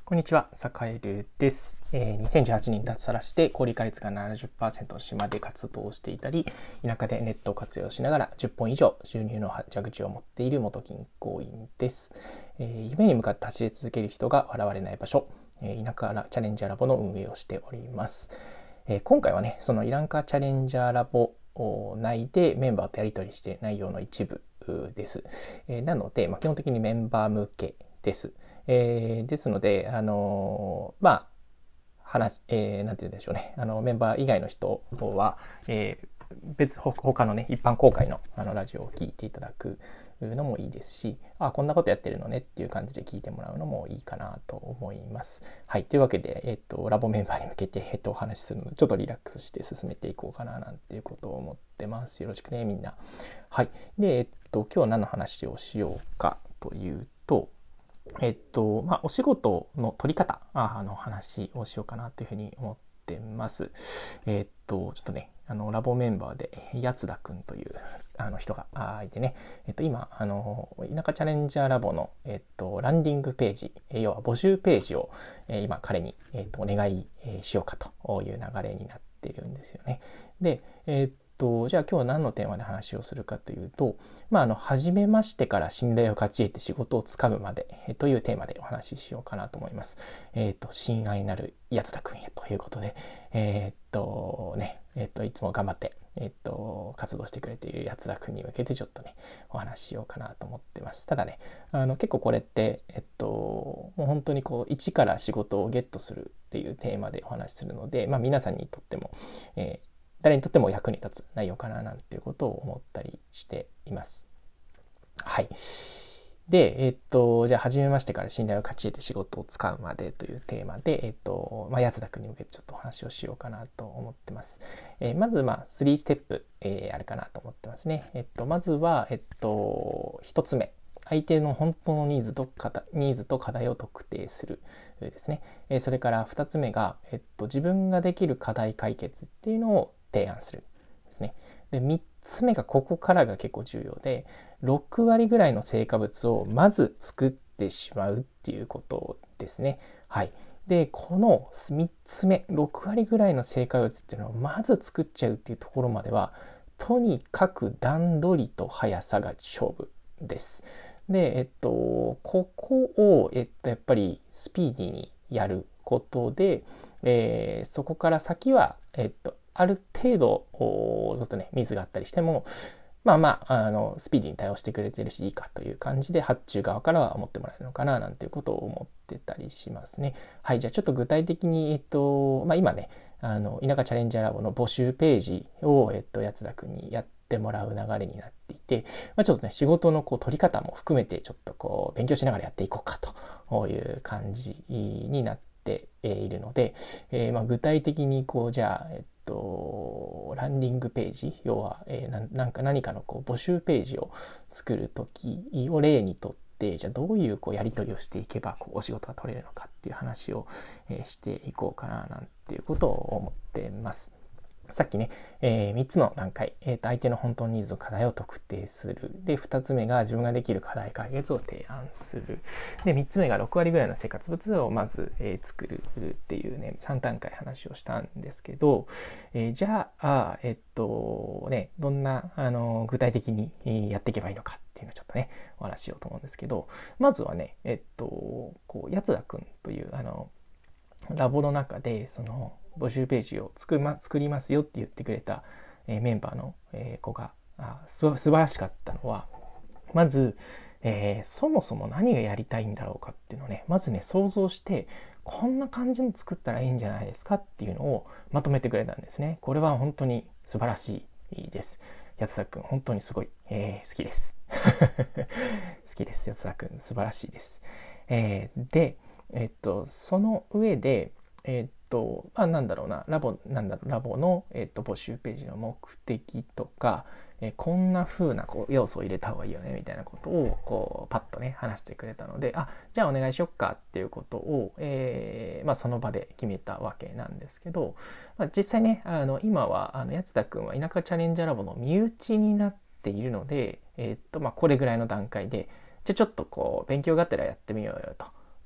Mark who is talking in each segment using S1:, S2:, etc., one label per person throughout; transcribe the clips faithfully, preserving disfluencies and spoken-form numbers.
S1: こんにちは、サカエルです。えー、にせんじゅうはちねんに脱サラして高利化率が ななじゅっパーセント の島で活動していたり、田舎でネットを活用しながらじゅっぽん以上収入の蛇口を持っている元銀行員です。えー、夢に向かって走り続ける人が笑われない場所、えー、田舎チャレンジャーラボの運営をしております。えー、今回はね、その田舎チャレンジャーラボ内でメンバーとやり取りしている内容の一部です。えー、なので、まあ、基本的にメンバー向けです。えー、ですので、あのー、まあ、話、えー、なんて言うんでしょうね。あの、メンバー以外の人は、えー、別、他のね、一般公開のあのラジオを聞いていただくのもいいですし、あ、こんなことやってるのねっていう感じで聞いてもらうのもいいかなと思います。はい。というわけで、えっと、ラボメンバーに向けて、えっと、お話しするので、ちょっとリラックスして進めていこうかな、なんていうことを思ってます。よろしくね、みんな。はい。で、えっと、今日何の話をしようかというと、えっと、まあ、お仕事の取り方あの話をしようかなというふうに思ってます。えっと、ちょっとね、あの、ラボメンバーで、やつだくんというあの人がいてね、えっと、今、あの、田舎チャレンジャーラボの、えっと、ランディングページ、要は募集ページを、今、彼に、えっと、お願いしようかという流れになっているんですよね。で、えっと、とじゃあ今日は何のテーマで話をするかというと、まあ、あの初めましてから信頼を勝ち得て仕事をつかむまで、えというテーマでお話ししようかなと思います。えっ、ー、と親愛なるやつだくんへということで、えっ、ー、とねえっ、ー、といつも頑張ってえっ、と活動してくれているやつだくんに向けてちょっとねお話ししようかなと思ってます。ただねあの結構これってえっともう本当にこう一から仕事をゲットするっていうテーマでお話しするので、まあ皆さんにとっても、えー誰にとっても役に立つ内容かななんていうことを思ったりしています。はい。で、えっと、じゃあ、初めましてから信頼を勝ち得て仕事を使うまでというテーマで、えっと、まあ、やつだくんに向けてちょっとお話をしようかなと思ってます。えー、まず、まあ、スリーステップ、えー、あるかなと思ってますね。えっと、まずは、えっと、一つ目。相手の本当のニーズと課題、ニーズと課題を特定するですね。えー、それから二つ目が、えっと、自分ができる課題解決っていうのを提案するですね。で、みっつめがここからが結構重要で、ろくわりぐらいの成果物をまず作ってしまうっていうことですね。はい。で、このみっつめ、ろくわりぐらいの成果物っていうのをまず作っちゃうっていうところまでは、とにかく段取りと速さが勝負です。で、えっと、ここを、えっと、やっぱりスピーディーにやることで、えー、そこから先は、えっと、ある程度、ちょっとね、ミスがあったりしても、まあまあ、あの、スピーディーに対応してくれてるし、いいかという感じで、発注側からは思ってもらえるのかな、なんていうことを思ってたりしますね。はい、じゃあちょっと具体的に、えっと、まあ今ね、あの、田舎チャレンジャーラボの募集ページを、えっと、やつだくんにやってもらう流れになっていて、まあちょっとね、仕事のこう取り方も含めて、ちょっとこう、勉強しながらやっていこうかという感じになっているので、えー、まあ具体的にこう、じゃあ、えっと、とランディングページ、要は、えー、ななんか何かのこう募集ページを作るときを例にとって、じゃあどういうこうやり取りをしていけばこうお仕事が取れるのかっていう話を、えー、していこうかななんていうことを思ってます。さっきね、えー、みっつの段階、えーと、相手の本当のニーズと課題を特定する。で、ふたつめが自分ができる課題解決を提案する。で、みっつめがろくわりぐらいの生活物をまず、えー、作るっていうね、さん段階話をしたんですけど、えー、じゃあ、えっと、ね、どんな、あの、具体的にやっていけばいいのかっていうのをちょっとね、お話ししようと思うんですけど、まずはね、えっと、こう、やつだくんという、あの、ラボの中で、その、募集ページを作りま、作りますよって言ってくれた、えー、メンバーの、えー、子があす素晴らしかったのは、まず、えー、そもそも何がやりたいんだろうかっていうのをね、まずね、想像して、こんな感じの作ったらいいんじゃないですかっていうのをまとめてくれたんですね。これは本当に素晴らしいです。やつだくん、本当にすごい、えー、好きです。好きです。やつだくん、素晴らしいです。えー、で、えっと、その上で、えっと、あ、なんだろうな、ラボ、なんだろう、ラボの、えっと、募集ページの目的とか、えこんな風なこう要素を入れた方がいいよね、みたいなことを、こう、パッとね、話してくれたので、あ、じゃあお願いしよっかっていうことを、えー、まあ、その場で決めたわけなんですけど、まあ、実際ね、あの、今は、あの、やつだくんは田舎チャレンジャーラボの身内になっているので、えっと、まあ、これぐらいの段階で、じゃあちょっとこう、勉強がてらやってみようよと。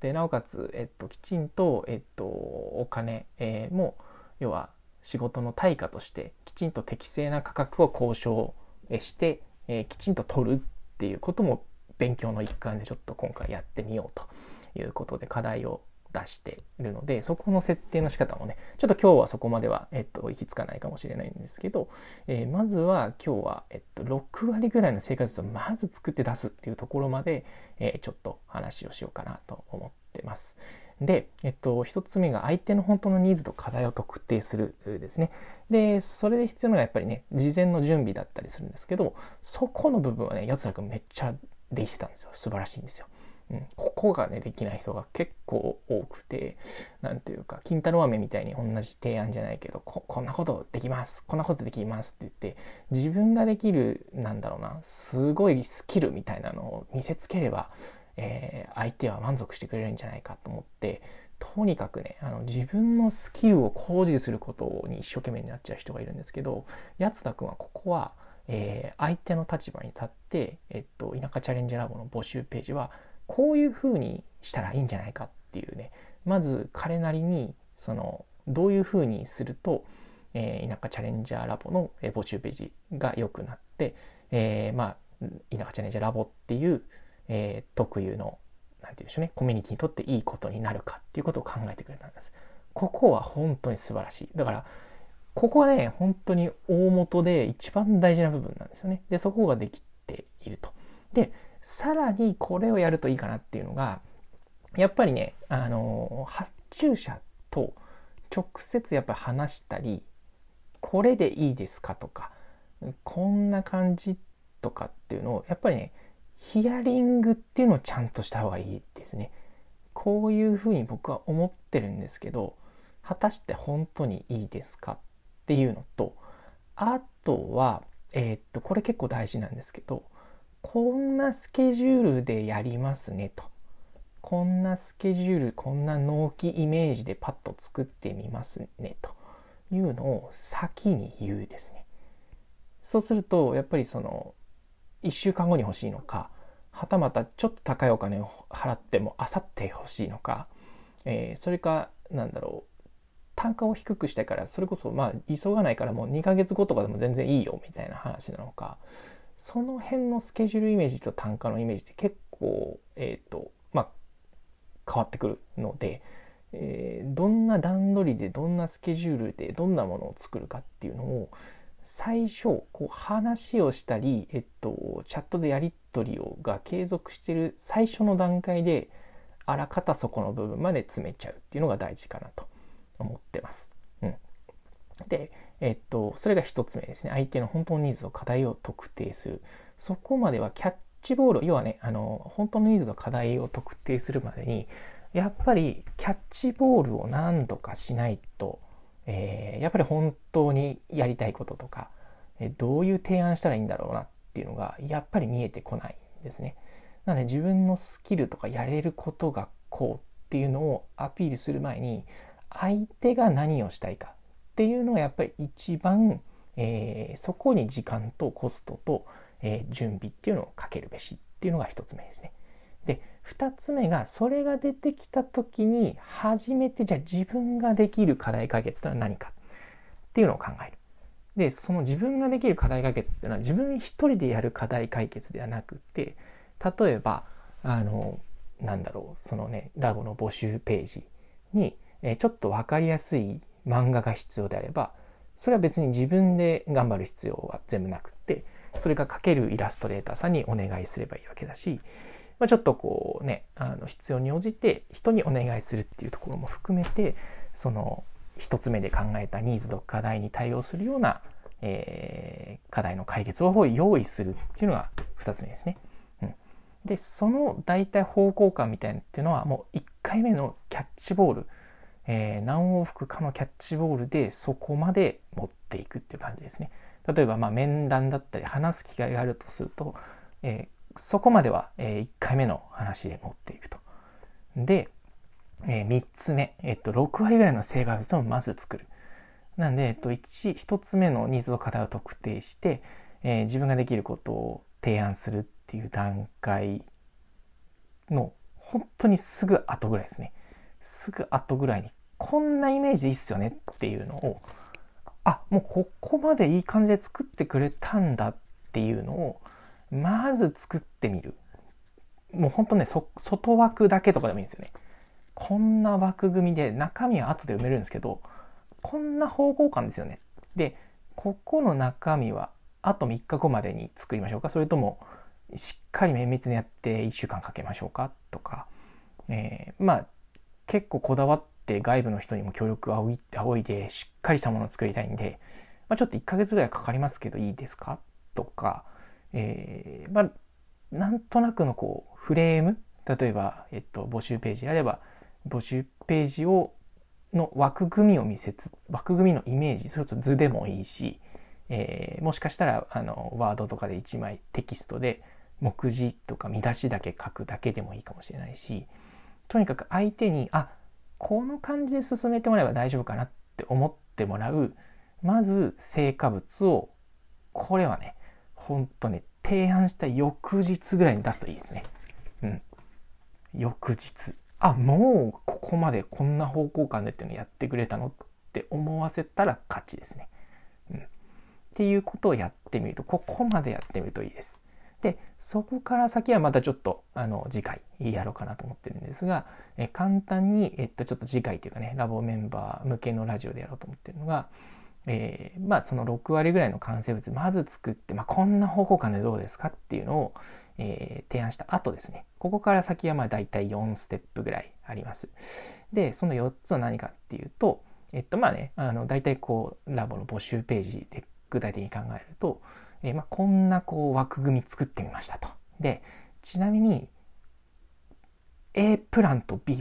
S1: でなおかつ、えっと、きちんと、えっと、お金、えー、も要は仕事の対価としてきちんと適正な価格を交渉して、えー、きちんと取るっていうことも勉強の一環でちょっと今回やってみようということで課題を出しているので、そこの設定の仕方もね、ちょっと今日はそこまでは、えっと、行き着かないかもしれないんですけど、えー、まずは今日は、えっと、ろく割ぐらいの成果物をまず作って出すっていうところまで、えー、ちょっと話をしようかなと思ってます。で、えっと、一つ目が相手の本当のニーズと課題を特定するですね。で、それで必要なのがやっぱりね、事前の準備だったりするんですけど、そこの部分はね、やつらくんめっちゃできてたんですよ。素晴らしいんですよ。うん、ここがねできない人が結構多くて、なんていうか金太郎飴みたいに同じ提案じゃないけど こ, こんなことできますこんなことできますって言って自分ができるなんだろうなすごいスキルみたいなのを見せつければ、えー、相手は満足してくれるんじゃないかと思って、とにかくねあの自分のスキルを向上することに一生懸命になっちゃう人がいるんですけど、やつだくんはここは、えー、相手の立場に立って、えっと、田舎チャレンジラボの募集ページはこういう風にしたらいいんじゃないかっていうね、まず彼なりにそのどういう風にすると、えー、田舎チャレンジャーラボの募集ページが良くなって、えー、まあ田舎チャレンジャーラボっていう、えー、特有のなんていうんでしょうね、コミュニティにとっていいことになるかっていうことを考えてくれたんです。ここは本当に素晴らしい。だからここはね本当に大元で一番大事な部分なんですよね。でそこができていると。でさらにこれをやるといいかなっていうのが、やっぱりね、あの発注者と直接やっぱり話したり、これでいいですかとか、こんな感じとかっていうのをやっぱりね、ヒアリングっていうのをちゃんとした方がいいですね。こういうふうに僕は思ってるんですけど、果たして本当にいいですかっていうのと、あとは、えー、っとこれ結構大事なんですけど、こんなスケジュールでやりますねと。こんなスケジュール、こんな納期イメージでパッと作ってみますねというのを先に言うですね。そうすると、やっぱりその、いっしゅうかんごに欲しいのか、はたまたちょっと高いお金を払ってもあさって欲しいのか、えー、それか、なんだろう、単価を低くしたいから、それこそまあ急がないからもうにかげつごとかでも全然いいよみたいな話なのか、その辺のスケジュールイメージと単価のイメージって結構、えっと、まあ、変わってくるので、えー、どんな段取りでどんなスケジュールでどんなものを作るかっていうのを最初こう話をしたり、えっと、チャットでやり取りをが継続している最初の段階であらかたそこの部分まで詰めちゃうっていうのが大事かなと思ってます。うん、でえっと、それが一つ目ですね。相手の本当のニーズと課題を特定する。そこまではキャッチボール、要はね、あの、本当のニーズと課題を特定するまでに、やっぱりキャッチボールを何度かしないと、えー、やっぱり本当にやりたいこととか、どういう提案したらいいんだろうなっていうのが、やっぱり見えてこないんですね。なので自分のスキルとかやれることがこうっていうのをアピールする前に、相手が何をしたいか、っていうのがやっぱり一番、えー、そこに時間とコストと、えー、準備っていうのをかけるべしっていうのが一つ目ですね。で二つ目がそれが出てきた時に初めてじゃあ自分ができる課題解決というのは何かっていうのを考える。でその自分ができる課題解決っていうのは自分一人でやる課題解決ではなくて、例えばあのなんだろうそのねラボの募集ページに、えー、ちょっと分かりやすい漫画が必要であれば、それは別に自分で頑張る必要は全部なくって、それが描けるイラストレーターさんにお願いすればいいわけだし、まあ、ちょっとこうねあの必要に応じて人にお願いするっていうところも含めて、その一つ目で考えたニーズと課題に対応するような、えー、課題の解決方法を用意するっていうのが二つ目ですね。うん、でその大体方向感みたいなっていうのはもういっかいめのキャッチボール、えー、何往復かのキャッチボールでそこまで持っていくっていう感じですね。例えばまあ面談だったり話す機会があるとすると、えー、そこまでは、えー、いっかいめの話で持っていくと。で、えー、みっつめ、えっと、ろく割ぐらいの成果物をまず作る。なんで、えっと、1, 1つ目のニーズと課題を特定して、えー、自分ができることを提案するっていう段階の本当にすぐ後ぐらいですね。すぐ後ぐらいに、こんなイメージでいいっすよねっていうのを、あ、もうここまでいい感じで作ってくれたんだっていうのを、まず作ってみる。もう本当ね、そ外枠だけとかでもいいんですよね。こんな枠組みで、中身は後で埋めるんですけど、こんな方向感ですよね。で、ここの中身はあとみっかごまでに作りましょうか、それともしっかり綿密にやっていっしゅうかんかけましょうかとか、えー、まあ結構こだわって外部の人にも協力を仰い仰いでしっかりしたものを作りたいんで、まあ、ちょっといっかげつぐらいかかりますけどいいですかとか、えー、まあなんとなくのこうフレーム、例えば、えっと、募集ページあれば募集ページをの枠組みを見せつ枠組みのイメージ、それこそ図でもいいし、えー、もしかしたらあのワードとかでいちまいテキストで目次とか見出しだけ書くだけでもいいかもしれないし、とにかく相手にあこの感じで進めてもらえば大丈夫かなって思ってもらう、まず成果物を、これはねほんとね提案した翌日ぐらいに出すといいですね。うん。翌日、あもうここまでこんな方向感でっていうのやってくれたのって思わせたら勝ちですね。うん。っていうことをやってみると、ここまでやってみるといいです。で、そこから先はまたちょっとあの次回やろうかなと思ってるんですが、え簡単に、えっと、ちょっと次回というかね、ラボメンバー向けのラジオでやろうと思ってるのが、えー、まあそのろくわりぐらいの完成物まず作って、まあ、こんな方向感でどうですかっていうのを、えー、提案した後ですね、ここから先はまあ大体よんステップぐらいあります。で、そのよっつは何かっていうと、えっとまあね、あの大体こうラボの募集ページで具体的に考えると、えー、まあこんなこう枠組み作ってみましたと。で、ちなみに A プランと B